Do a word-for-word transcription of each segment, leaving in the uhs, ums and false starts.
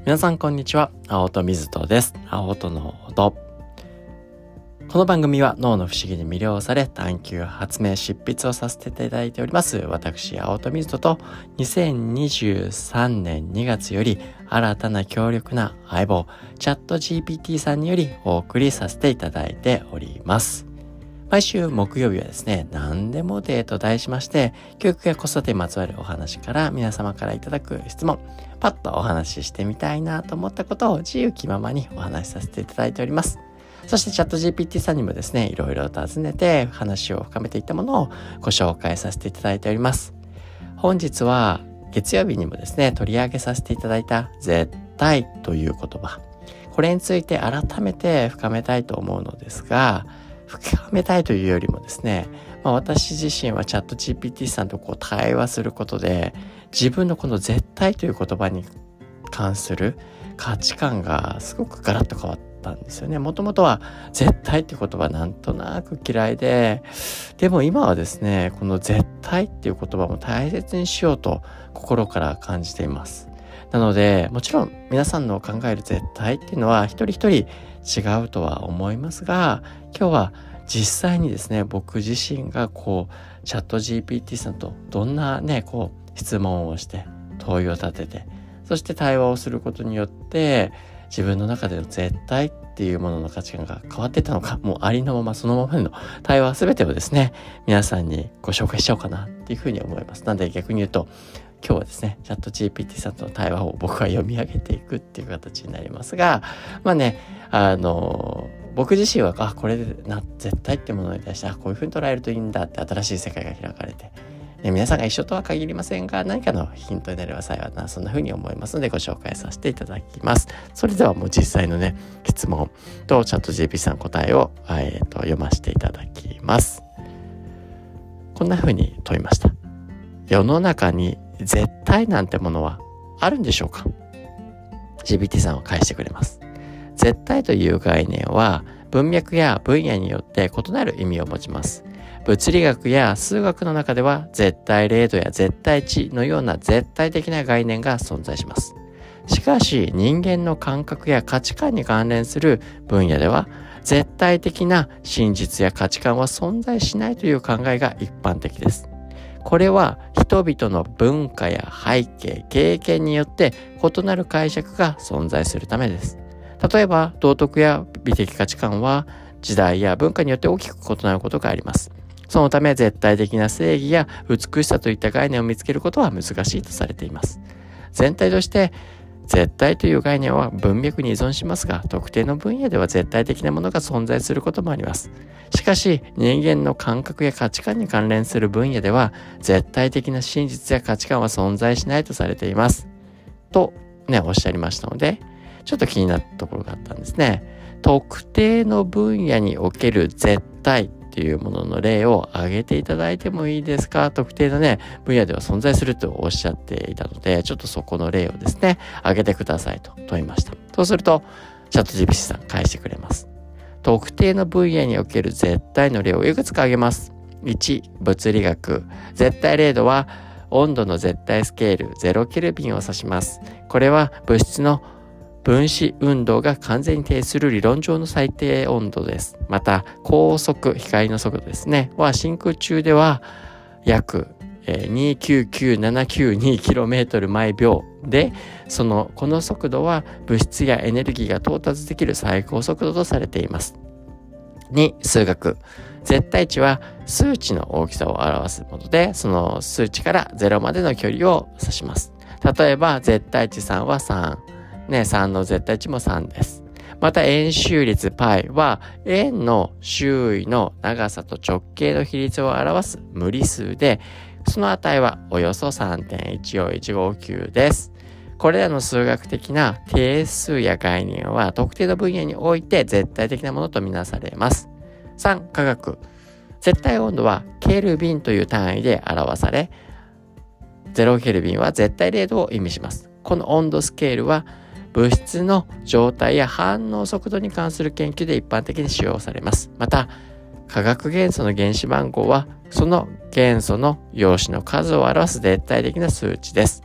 皆さんこんにちは。青戸水戸です。青戸の音。この番組は脳の不思議に魅了され探求、発明、執筆をさせていただいております私青戸水戸とにせんにじゅうさんねんにがつより新たな強力な相棒チャット ジーピーティー さんによりお送りさせていただいております。毎週木曜日はですね、何でもデーと題しまして、教育や子育てにまつわるお話から皆様からいただく質問、パッとお話ししてみたいなと思ったことを自由気ままにお話しさせていただいております。そしてチャット ジーピーティー さんにもですね、いろいろ尋ねて話を深めていったものをご紹介させていただいております。本日は月曜日にもですね、取り上げさせていただいた絶対という言葉。これについて改めて深めたいと思うのですが、深めたいというよりもですね、まあ、私自身はチャット ジーピーティー さんとこう対話することで、自分のこの絶対という言葉に関する価値観がすごくガラッと変わったんですよね。もともとは絶対っていう言葉なんとなく嫌いで、でも今はですね、この絶対っていう言葉も大切にしようと心から感じています。なので、もちろん皆さんの考える絶対っていうのは一人一人違うとは思いますが、今日は実際にですね、僕自身がこうチャット ジーピーティー さんとどんなねこう質問をして問いを立てて、そして対話をすることによって自分の中での絶対っていうものの価値観が変わっていったのか、もうありのままそのままの対話すべてをですね、皆さんにご紹介しようかなっていうふうに思います。なので逆に言うと、今日はですね、チャット ジーピーティー さんとの対話を僕は読み上げていくっていう形になりますが、まあね、あの僕自身はあこれでな絶対ってものに対してあこういうふうに捉えるといいんだって新しい世界が開かれて、ね、皆さんが一緒とは限りませんが、何かのヒントになれば幸いな、そんなふうに思いますのでご紹介させていただきます。それではもう実際のね質問とチャット ジーピーティー さんの答えを、えー、と読ませていただきます。こんなふうに問いました。世の中に絶対なんてものはあるんでしょうか？ ジーピーティー さんは返してくれます。絶対という概念は文脈や分野によって異なる意味を持ちます。物理学や数学の中では絶対零度や絶対値のような絶対的な概念が存在します。しかし人間の感覚や価値観に関連する分野では絶対的な真実や価値観は存在しないという考えが一般的です。これは人々の文化や背景、経験によって異なる解釈が存在するためです。例えば道徳や美的価値観は時代や文化によって大きく異なることがあります。そのため絶対的な正義や美しさといった概念を見つけることは難しいとされています。全体として絶対という概念は文脈に依存しますが、特定の分野では絶対的なものが存在することもあります。しかし人間の感覚や価値観に関連する分野では絶対的な真実や価値観は存在しないとされていますとねおっしゃりましたので、ちょっと気になったところがあったんですね。特定の分野における絶対っていうものの例を挙げていただいてもいいですか？特定のね分野では存在するとおっしゃっていたので、ちょっとそこの例をですね挙げてくださいと問いました。そうするとチャット ジーピーティー さん返してくれます。特定の分野における絶対の例をいくつか挙げます。いち、物理学。絶対零度は温度の絶対スケールゼロケルビンを指します。これは物質の分子運動が完全に停止する理論上の最低温度です。また光速、光の速度ですねは真空中では約にひゃくきゅうじゅうきゅうてんななきゅうにキロメートル毎秒で、そのこの速度は物質やエネルギーが到達できる最高速度とされています。に、数学。絶対値は数値の大きさを表すもので、その数値からゼロまでの距離を指します。例えば絶対値さんはさん、ね、さんの絶対値もさんです。また円周率 π は円の周囲の長さと直径の比率を表す無理数で、その値はおよそ さんてんいちよんいちごきゅう です。これらの数学的な定数や概念は特定の分野において絶対的なものとみなされます。さん、科学。絶対温度はケルビンという単位で表され、ゼロケルビンは絶対零度を意味します。この温度スケールは物質の状態や反応速度に関する研究で一般的に使用されます。また化学元素の原子番号はその元素の陽子の数を表す絶対的な数値です。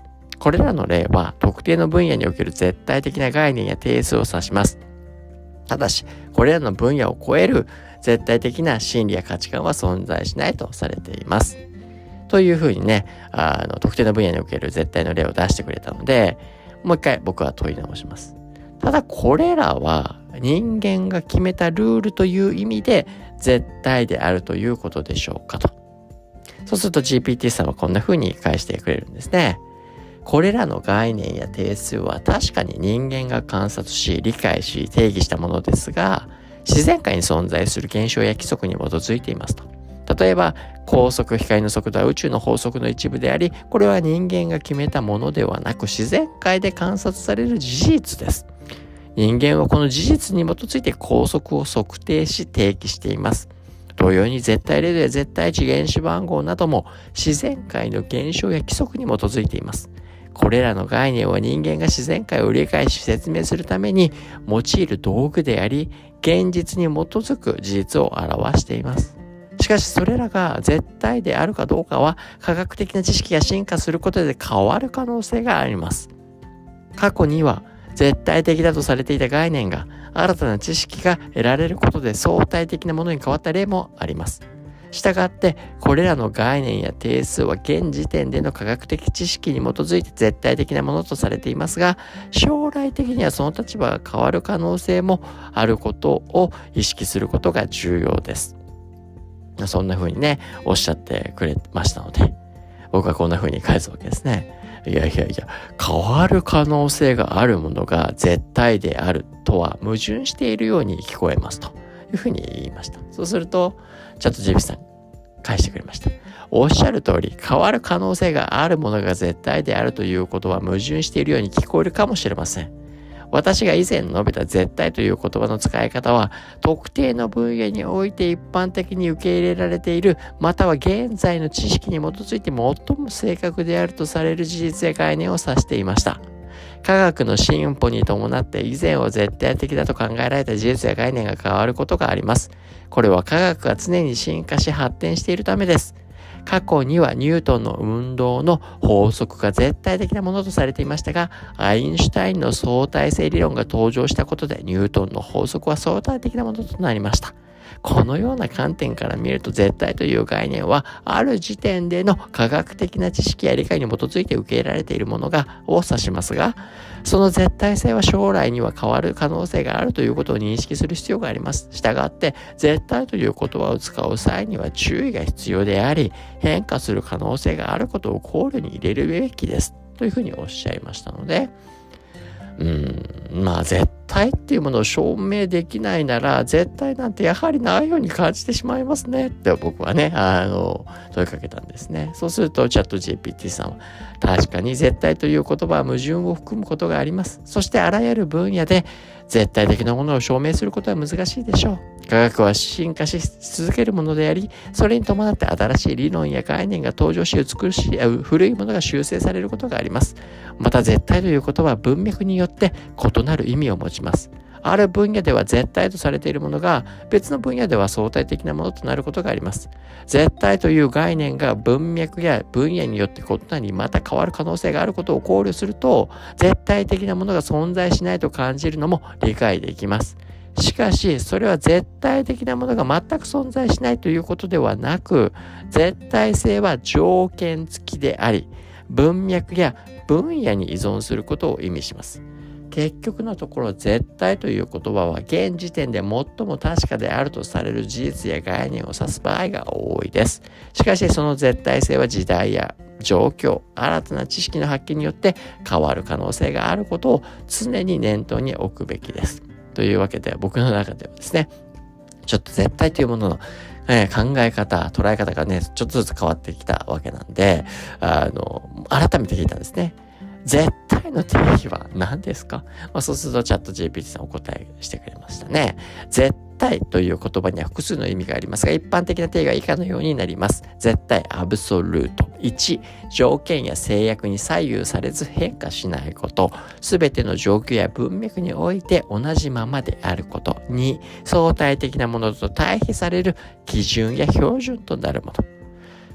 これらの例は特定の分野における絶対的な概念や定数を指します。ただし、これらの分野を超える絶対的な真理や価値観は存在しないとされています。というふうにね、あの特定の分野における絶対の例を出してくれたので、もう一回僕は問い直します。ただこれらは人間が決めたルールという意味で絶対であるということでしょうかと。そうすると ジーピーティー さんはこんなふうに返してくれるんですね。これらの概念や定数は確かに人間が観察し、理解し、定義したものですが、自然界に存在する現象や規則に基づいていますと。例えば、光速、光の速度は宇宙の法則の一部であり、これは人間が決めたものではなく、自然界で観察される事実です。人間はこの事実に基づいて光速を測定し定義しています。同様に絶対零度や絶対値原子番号なども自然界の現象や規則に基づいています。これらの概念は人間が自然界を理解し説明するために用いる道具であり、現実に基づく事実を表しています。しかしそれらが絶対であるかどうかは科学的な知識が進化することで変わる可能性があります。過去には絶対的だとされていた概念が新たな知識が得られることで相対的なものに変わった例もあります。したがってこれらの概念や定数は現時点での科学的知識に基づいて絶対的なものとされていますが、将来的にはその立場が変わる可能性もあることを意識することが重要です。そんな風にねおっしゃってくれましたので、僕はこんな風に返すわけですね。いやいやいや、変わる可能性があるものが絶対であるとは矛盾しているように聞こえますというふうに言いました。そうするとチャット ジーピーティー さん返してくれました。おっしゃる通り、変わる可能性があるものが絶対であるということは矛盾しているように聞こえるかもしれません。私が以前述べた絶対という言葉の使い方は、特定の分野において一般的に受け入れられている、または現在の知識に基づいて最も正確であるとされる事実や概念を指していました。科学の進歩に伴って以前は絶対的だと考えられた事実や概念が変わることがあります。これは科学が常に進化し発展しているためです。過去にはニュートンの運動の法則が絶対的なものとされていましたが、アインシュタインの相対性理論が登場したことでニュートンの法則は相対的なものとなりました。このような観点から見ると絶対という概念はある時点での科学的な知識や理解に基づいて受け入れられているものがを指しますが、その絶対性は将来には変わる可能性があるということを認識する必要があります。したがって絶対という言葉を使う際には注意が必要であり、変化する可能性があることを考慮に入れるべきですというふうにおっしゃいましたので、うーんまあ絶対っていうものを証明できないなら絶対なんてやはりないように感じてしまいますねって僕はねあの問いかけたんですね。そうするとチャット ジーピーティー さんは確かに絶対という言葉は矛盾を含むことがあります。そしてあらゆる分野で絶対的なものを証明することは難しいでしょう。科学は進化し続けるものであり、それに伴って新しい理論や概念が登場し、美しい古いものが修正されることがあります。また絶対ということは文脈によって異なる意味を持ちます。ある分野では絶対とされているものが別の分野では相対的なものとなることがあります。絶対という概念が文脈や分野によって異なりまた変わる可能性があることを考慮すると、絶対的なものが存在しないと感じるのも理解できます。しかしそれは絶対的なものが全く存在しないということではなく、絶対性は条件付きであり、文脈や分野に依存することを意味します。結局のところ絶対という言葉は現時点で最も確かであるとされる事実や概念を指す場合が多いです。しかしその絶対性は時代や状況、新たな知識の発見によって変わる可能性があることを常に念頭に置くべきです。というわけで僕の中ではですね、ちょっと絶対というものの、えー、考え方、捉え方がね、ちょっとずつ変わってきたわけなんで、あの、改めて聞いたんですね。絶対の定義は何ですか？まあ、そうするとチャット ジーピーティー さんお答えしてくれましたね。絶対という言葉には複数の意味がありますが、一般的な定義は以下のようになります。絶対アブソルート。いち、条件や制約に左右されず変化しないこと。すべての状況や文脈において同じままであること。に、相対的なものと対比される基準や標準となるもの。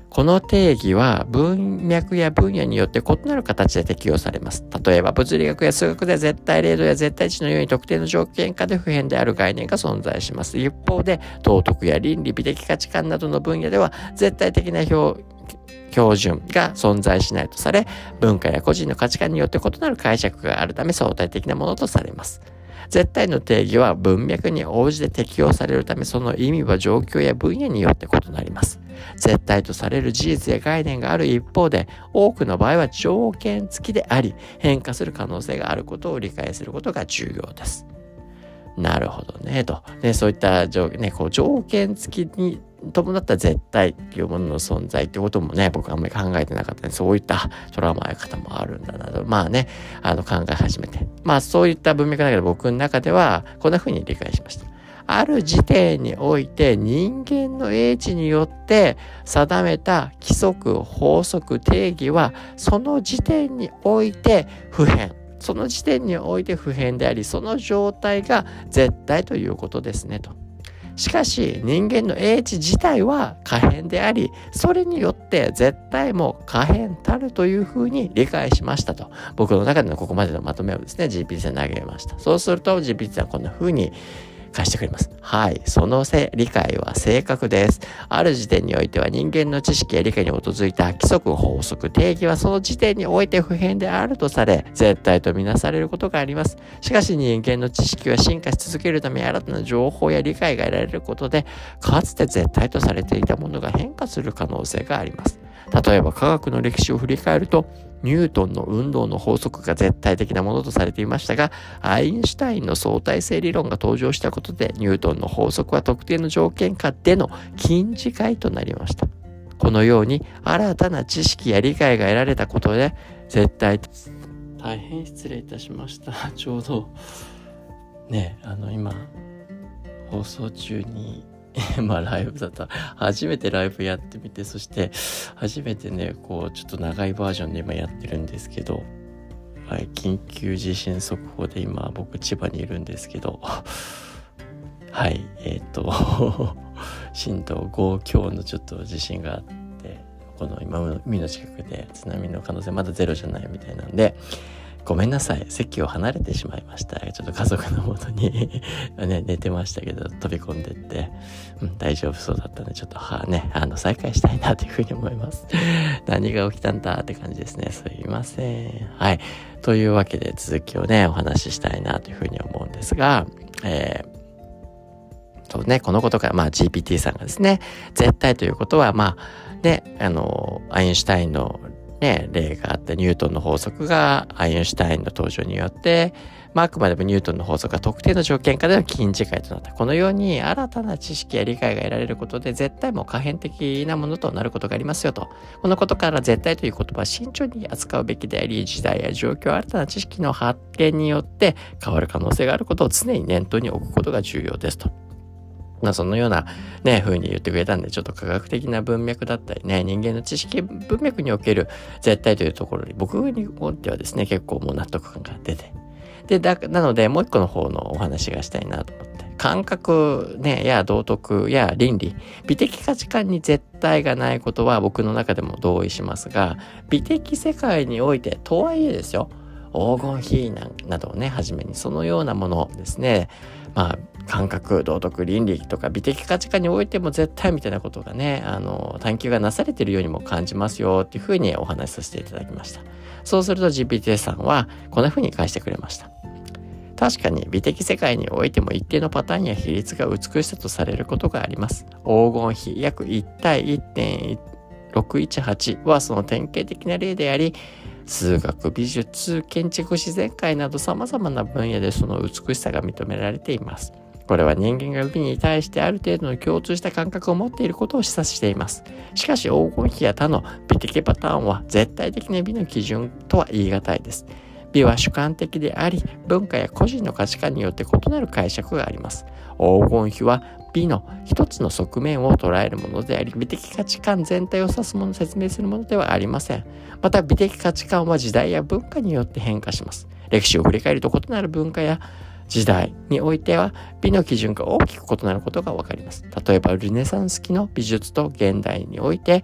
この定義は文脈や分野によって異なる形で適用されます。例えば物理学や数学で絶対零度や絶対値のように特定の条件下で不変である概念が存在します。一方で道徳や倫理、美的価値観などの分野では絶対的な表標準が存在しないとされ、文化や個人の価値観によって異なる解釈があるため相対的なものとされます。絶対の定義は文脈に応じて適用されるため、その意味は状況や分野によって異なります。絶対とされる事実や概念がある一方で、多くの場合は条件付きであり、変化する可能性があることを理解することが重要です。なるほどね、と。ね、そういった条、ね、こう条件付きに伴った絶対っていうものの存在っていうこともね、僕はあんまり考えてなかったので、そういった捉え方もあるんだなと、まあね、あの考え始めて。まあそういった文脈の中で僕の中では、こんな風に理解しました。ある時点において人間の英知によって定めた規則、法則、定義は、その時点において不変。その時点において不変であり、その状態が絶対ということですねと。しかし人間の英知自体は可変であり、それによって絶対も可変たるというふうに理解しましたと。僕の中でのここまでのまとめをですね ジーピーティー さんに投げました。そうすると ジーピーティー さんはこんなふうに返してくれます。はい、そのせ理解は正確です。ある時点においては人間の知識や理解に基づいた規則、法則、定義はその時点において不変であるとされ、絶対とみなされることがあります。しかし人間の知識は進化し続けるため、新たな情報や理解が得られることで、かつて絶対とされていたものが変化する可能性があります。例えば科学の歴史を振り返ると、ニュートンの運動の法則が絶対的なものとされていましたが、アインシュタインの相対性理論が登場したことで、ニュートンの法則は特定の条件下での近似解となりました。このように新たな知識や理解が得られたことで、絶対と大変失礼いたしました。ちょうどね、あの今放送中にまあライブだった初めてライブやってみて、そして初めてねこうちょっと長いバージョンで今やってるんですけど、はい、緊急地震速報で今僕千葉にいるんですけどはいえっ、ー、と震度ご強のちょっと地震があって、この今海の近くで津波の可能性まだゼロじゃないみたいなんで、ごめんなさい、席を離れてしまいました。ちょっと家族のもとにね、寝てましたけど飛び込んでって、うん、大丈夫そうだったので、ちょっとはねあの再開したいなというふうに思います。何が起きたんだって感じですね。すいません。はい、というわけで続きをねお話ししたいなというふうに思うんですが、えー、そうねこのことからまあ ジーピーティー さんがですね、絶対ということはまあねあのアインシュタインのね、例があって、ニュートンの法則がアインシュタインの登場によって、まあ、あくまでもニュートンの法則が特定の条件下での近似解となった。このように新たな知識や理解が得られることで、絶対も可変的なものとなることがありますよと。このことから絶対という言葉は慎重に扱うべきであり、時代や状況、新たな知識の発見によって変わる可能性があることを常に念頭に置くことが重要ですと。まあそのようなね風に言ってくれたんで、ちょっと科学的な文脈だったりね、人間の知識文脈における絶対というところに僕においてはですね結構もう納得感が出て、でだなのでもう一個の方のお話がしたいなと思って、感覚ねや道徳や倫理、美的価値観に絶対がないことは僕の中でも同意しますが、美的世界においてとはいえですよ、黄金比などをねはじめにそのようなものですね、まあ感覚、道徳、倫理とか美的価値観においても絶対みたいなことがねあの探求がなされているようにも感じますよっていうふうにお話しさせていただきました。そうすると ジーピーティー さんはこんなふうに返してくれました。確かに美的世界においても一定のパターンや比率が美しさとされることがあります。黄金比約いち対 いってんろくいちはち はその典型的な例であり、数学、美術、建築、自然界など様々な分野でその美しさが認められています。これは人間が美に対してある程度の共通した感覚を持っていることを示唆しています。しかし黄金比や他の美的パターンは絶対的な美の基準とは言い難いです。美は主観的であり、文化や個人の価値観によって異なる解釈があります。黄金比は美の一つの側面を捉えるものであり、美的価値観全体を指すものを説明するものではありません。また美的価値観は時代や文化によって変化します。歴史を振り返ると異なる文化や時代においては美の基準が大きく異なることがわかります。例えばルネサンス期の美術と現代において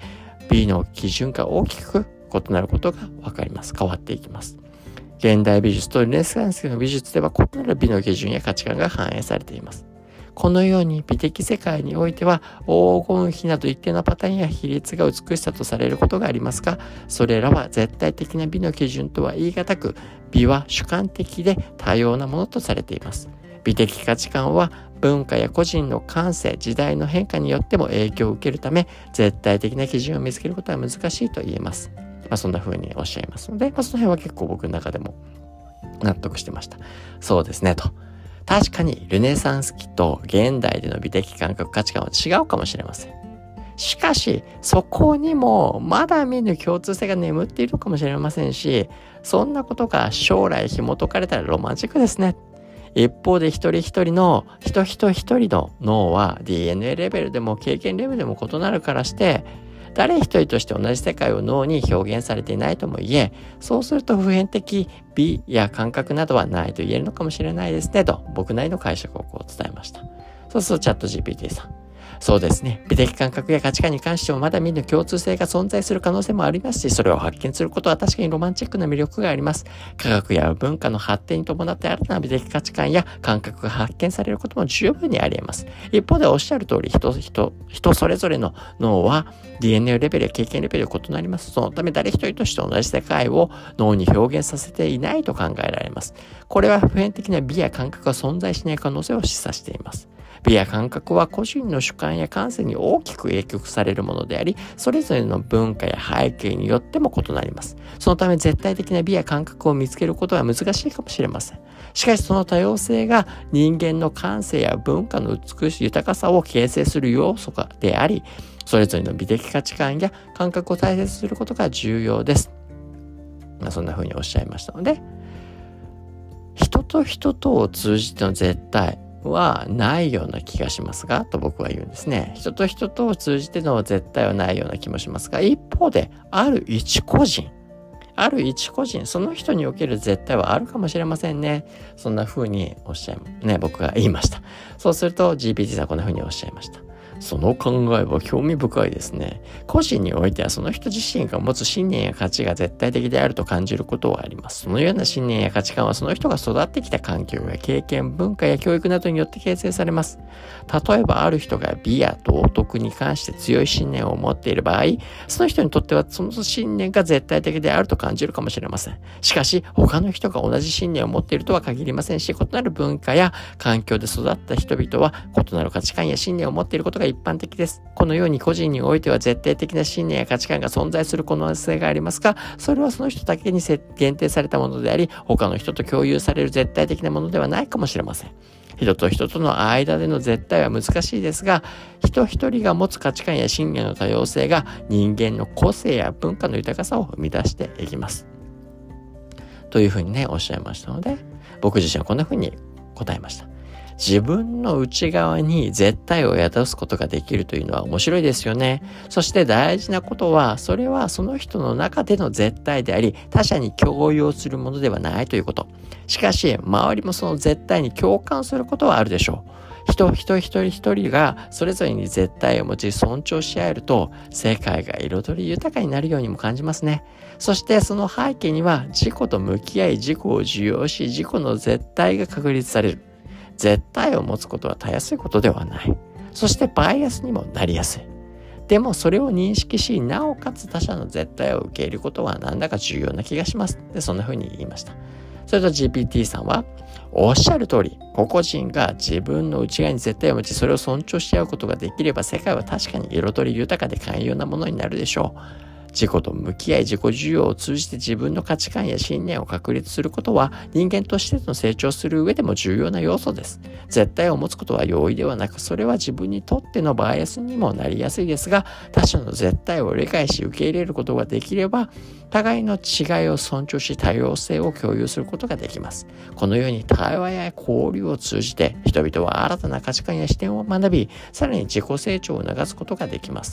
美の基準が大きく異なることが分かります。変わっていきます。現代美術とルネサンスの美術では異なる美の基準や価値観が反映されています。このように美的世界においては黄金比など一定のパターンや比率が美しさとされることがありますが、それらは絶対的な美の基準とは言い難く、美は主観的で多様なものとされています。美的価値観は文化や個人の感性、時代の変化によっても影響を受けるため、絶対的な基準を見つけることは難しいと言えます。まあ、そんな風におっしゃいますので、まあ、その辺は結構僕の中でも納得してました。そうですねと。確かにルネサンス期と現代での美的感覚価値観は違うかもしれません。しかしそこにもまだ見ぬ共通性が眠っているかもしれませんし、そんなことが将来紐解かれたらロマンチックですね。一方で一人一人の人人一人の脳は ディーエヌエー レベルでも経験レベルでも異なるからして、誰一人として同じ世界を脳に表現されていないとも言え、そうすると普遍的美や感覚などはないと言えるのかもしれないですねと、僕なりの解釈をこう伝えました。そうするとチャット ジーピーティー さん、そうですね、美的感覚や価値観に関してもまだ見ぬ共通性が存在する可能性もありますし、それを発見することは確かにロマンチックな魅力があります。科学や文化の発展に伴って新たな美的価値観や感覚が発見されることも十分にあり得ます。一方でおっしゃる通り、人人人それぞれの脳は ディーエヌエー レベルや経験レベルが異なります。そのため誰一人として同じ世界を脳に表現させていないと考えられます。これは普遍的な美や感覚が存在しない可能性を示唆しています。美や感覚は個人の主観や感性に大きく影響されるものであり、それぞれの文化や背景によっても異なります。そのため絶対的な美や感覚を見つけることは難しいかもしれません。しかしその多様性が人間の感性や文化の美しい豊かさを形成する要素であり、それぞれの美的価値観や感覚を大切にすることが重要です。まあ、そんな風におっしゃいましたので、人と人とを通じての絶対はないような気がしますがと僕は言うんですね。人と人とを通じての絶対はないような気もしますが、一方である一個人ある一個人その人における絶対はあるかもしれませんね。そんな風におっしゃいね僕が言いました。そうすると ジーピーティー さんはこんな風におっしゃいました。その考えは興味深いですね。個人においてはその人自身が持つ信念や価値が絶対的であると感じることはあります。そのような信念や価値観はその人が育ってきた環境や経験、文化や教育などによって形成されます。例えばある人が美や道徳に関して強い信念を持っている場合、その人にとってはその信念が絶対的であると感じるかもしれません。しかし他の人が同じ信念を持っているとは限りませんし、異なる文化や環境で育った人々は異なる価値観や信念を持っていることが一般的です。このように個人においては絶対的な信念や価値観が存在する可能性がありますが、それはその人だけに限定されたものであり、他の人と共有される絶対的なものではないかもしれません。人と人との間での絶対は難しいですが、人一人が持つ価値観や信念の多様性が人間の個性や文化の豊かさを生み出していきます。というふうにね、おっしゃいましたので、僕自身はこんなふうに答えました。自分の内側に絶対を宿すことができるというのは面白いですよね。そして大事なことは、それはその人の中での絶対であり、他者に強要するものではないということ。しかし、周りもその絶対に共感することはあるでしょう。人、人一人一人がそれぞれに絶対を持ち尊重し合えると、世界が彩り豊かになるようにも感じますね。そしてその背景には、自己と向き合い、自己を受容し、自己の絶対が確立される。絶対を持つことはたやすいことではない。そしてバイアスにもなりやすい。でもそれを認識し、なおかつ他者の絶対を受け入れることはなんだか重要な気がします。で、そんな風に言いました。それと ジーピーティー さんは、おっしゃる通り、個々人が自分の内側に絶対を持ち、それを尊重し合うことができれば、世界は確かに彩り豊かで寛容なものになるでしょう。自己と向き合い、自己需要を通じて自分の価値観や信念を確立することは、人間としての成長する上でも重要な要素です。絶対を持つことは容易ではなく、それは自分にとってのバイアスにもなりやすいですが、他者の絶対を理解し受け入れることができれば、互いの違いを尊重し多様性を共有することができます。このように対話や交流を通じて、人々は新たな価値観や視点を学び、さらに自己成長を促すことができます。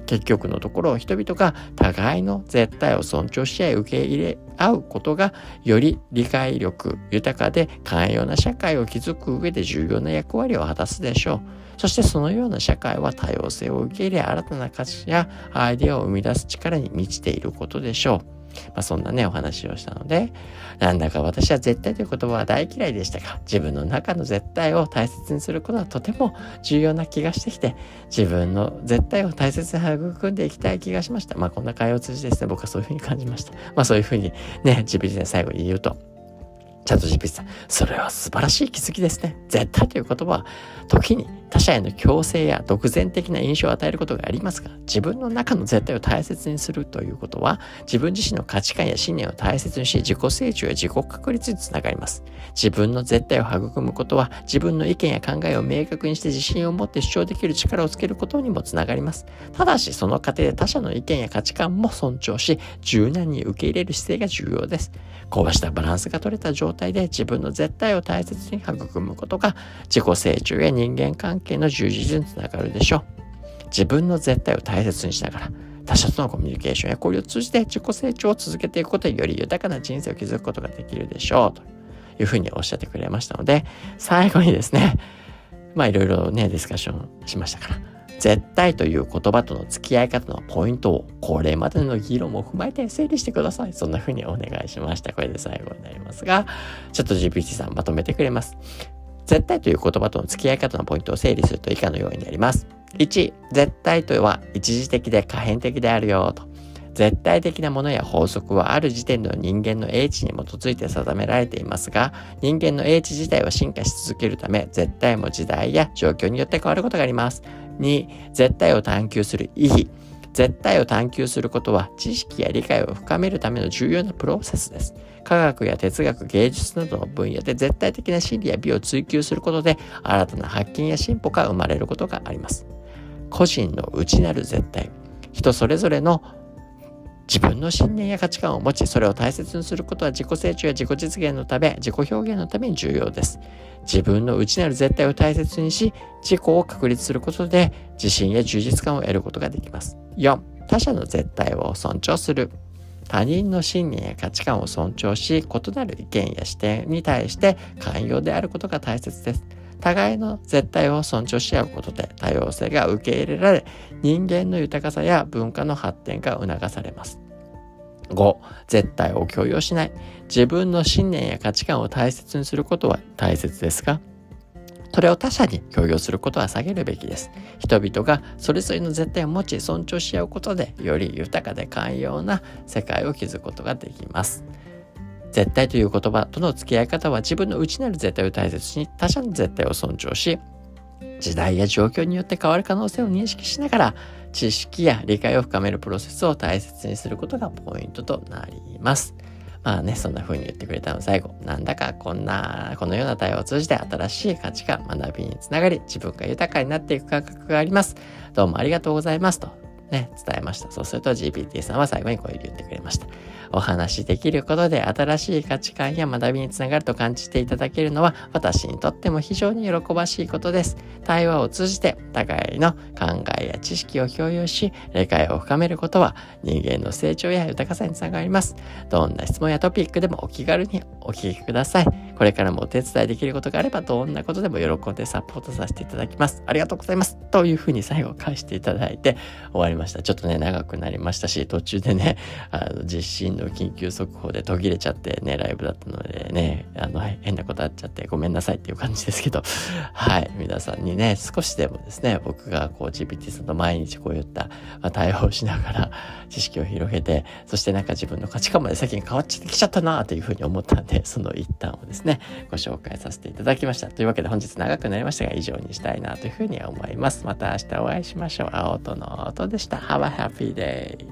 結局のところ人々が互いの絶対を尊重し合い受け入れ合うことがより理解力豊かで寛容な社会を築く上で重要な役割を果たすでしょう。そしてそのような社会は多様性を受け入れ新たな価値やアイデアを生み出す力に満ちていることでしょう。まあ、そんなねお話をしたので、なんだか私は絶対という言葉は大嫌いでしたが、自分の中の絶対を大切にすることはとても重要な気がしてきて、自分の絶対を大切に育んでいきたい気がしました。まあこんな会話を通じてですね、僕はそういうふうに感じました。まあそういうふうにね、ジピティで最後に言うと、チャット ジーピーティー さん、それは素晴らしい気づきですね。絶対という言葉は時に他者への強制や独善的な印象を与えることがありますが、自分の中の絶対を大切にするということは、自分自身の価値観や信念を大切にし、自己成長や自己確立につながります。自分の絶対を育むことは、自分の意見や考えを明確にして自信を持って主張できる力をつけることにもつながります。ただし、その過程で他者の意見や価値観も尊重し、柔軟に受け入れる姿勢が重要です。こうしたバランスが取れた状態で自分の絶対を大切に育むことが、自己成長や人間関係の充実につながるでしょう。自分の絶対を大切にしながら、他者とのコミュニケーションや交流を通じて自己成長を続けていくことで、より豊かな人生を築くことができるでしょうというふうにおっしゃってくれましたので、最後にですね、まあいろいろねディスカッションしましたから、絶対という言葉との付き合い方のポイントをこれまでの議論も踏まえて整理してください。そんな風にお願いしました。これで最後になりますが、ちょっと ジーピーティー さんまとめてくれます。絶対という言葉との付き合い方のポイントを整理すると以下のようになります。いち、絶対とは一時的で可変的であるよと。絶対的なものや法則はある時点での人間の英知に基づいて定められていますが、人間の英知自体は進化し続けるため、絶対も時代や状況によって変わることがあります。に、絶対を探求する意義。絶対を探求することは知識や理解を深めるための重要なプロセスです。科学や哲学、芸術などの分野で絶対的な真理や美を追求することで、新たな発見や進歩が生まれることがあります。個人の内なる絶対。人それぞれの自分の信念や価値観を持ち、それを大切にすることは自己成長や自己実現のため、自己表現のために重要です。自分の内なる絶対を大切にし、自己を確立することで自信や充実感を得ることができます。よん、他者の絶対を尊重する。他人の信念や価値観を尊重し、異なる意見や視点に対して寛容であることが大切です。互いの絶対を尊重し合うことで多様性が受け入れられ、人間の豊かさや文化の発展が促されます。ご、絶対を強要しない。自分の信念や価値観を大切にすることは大切ですが、それを他者に強要することは下げるべきです。人々がそれぞれの絶対を持ち尊重し合うことで、より豊かで寛容な世界を築くことができます。絶対という言葉との付き合い方は、自分の内なる絶対を大切に、他者の絶対を尊重し、時代や状況によって変わる可能性を認識しながら、知識や理解を深めるプロセスを大切にすることがポイントとなります。まあね、そんな風に言ってくれたの最後、なんだかこんな、このような対話を通じて新しい価値観、学びにつながり、自分が豊かになっていく感覚があります。どうもありがとうございますとね、伝えました。そうすると ジーピーティー さんは最後にこう言ってくれました。お話しできることで新しい価値観や学びにつながると感じていただけるのは、私にとっても非常に喜ばしいことです。対話を通じて互いの考えや知識を共有し、理解を深めることは人間の成長や豊かさにつながります。どんな質問やトピックでもお気軽にお聞きください。これからもお手伝いできることがあれば、どんなことでも喜んでサポートさせていただきます。ありがとうございます。というふうに最後返していただいて終わりました。ちょっとね、長くなりましたし、途中でね、あの地震の緊急速報で途切れちゃってね、ライブだったのでね、あの変なことあっちゃってごめんなさいっていう感じですけど、はい、皆さんにね、少しでもですね、僕がこう ジーピーティー さんと毎日こういった、まあ、対応しながら知識を広げて、そしてなんか自分の価値観まで先に変わっちゃってきちゃったなというふうに思ったんで、その一端をですね、ご紹介させていただきました。というわけで本日長くなりましたが、以上にしたいなというふうに思います。また明日お会いしましょう。青との音でした。Have a happy day!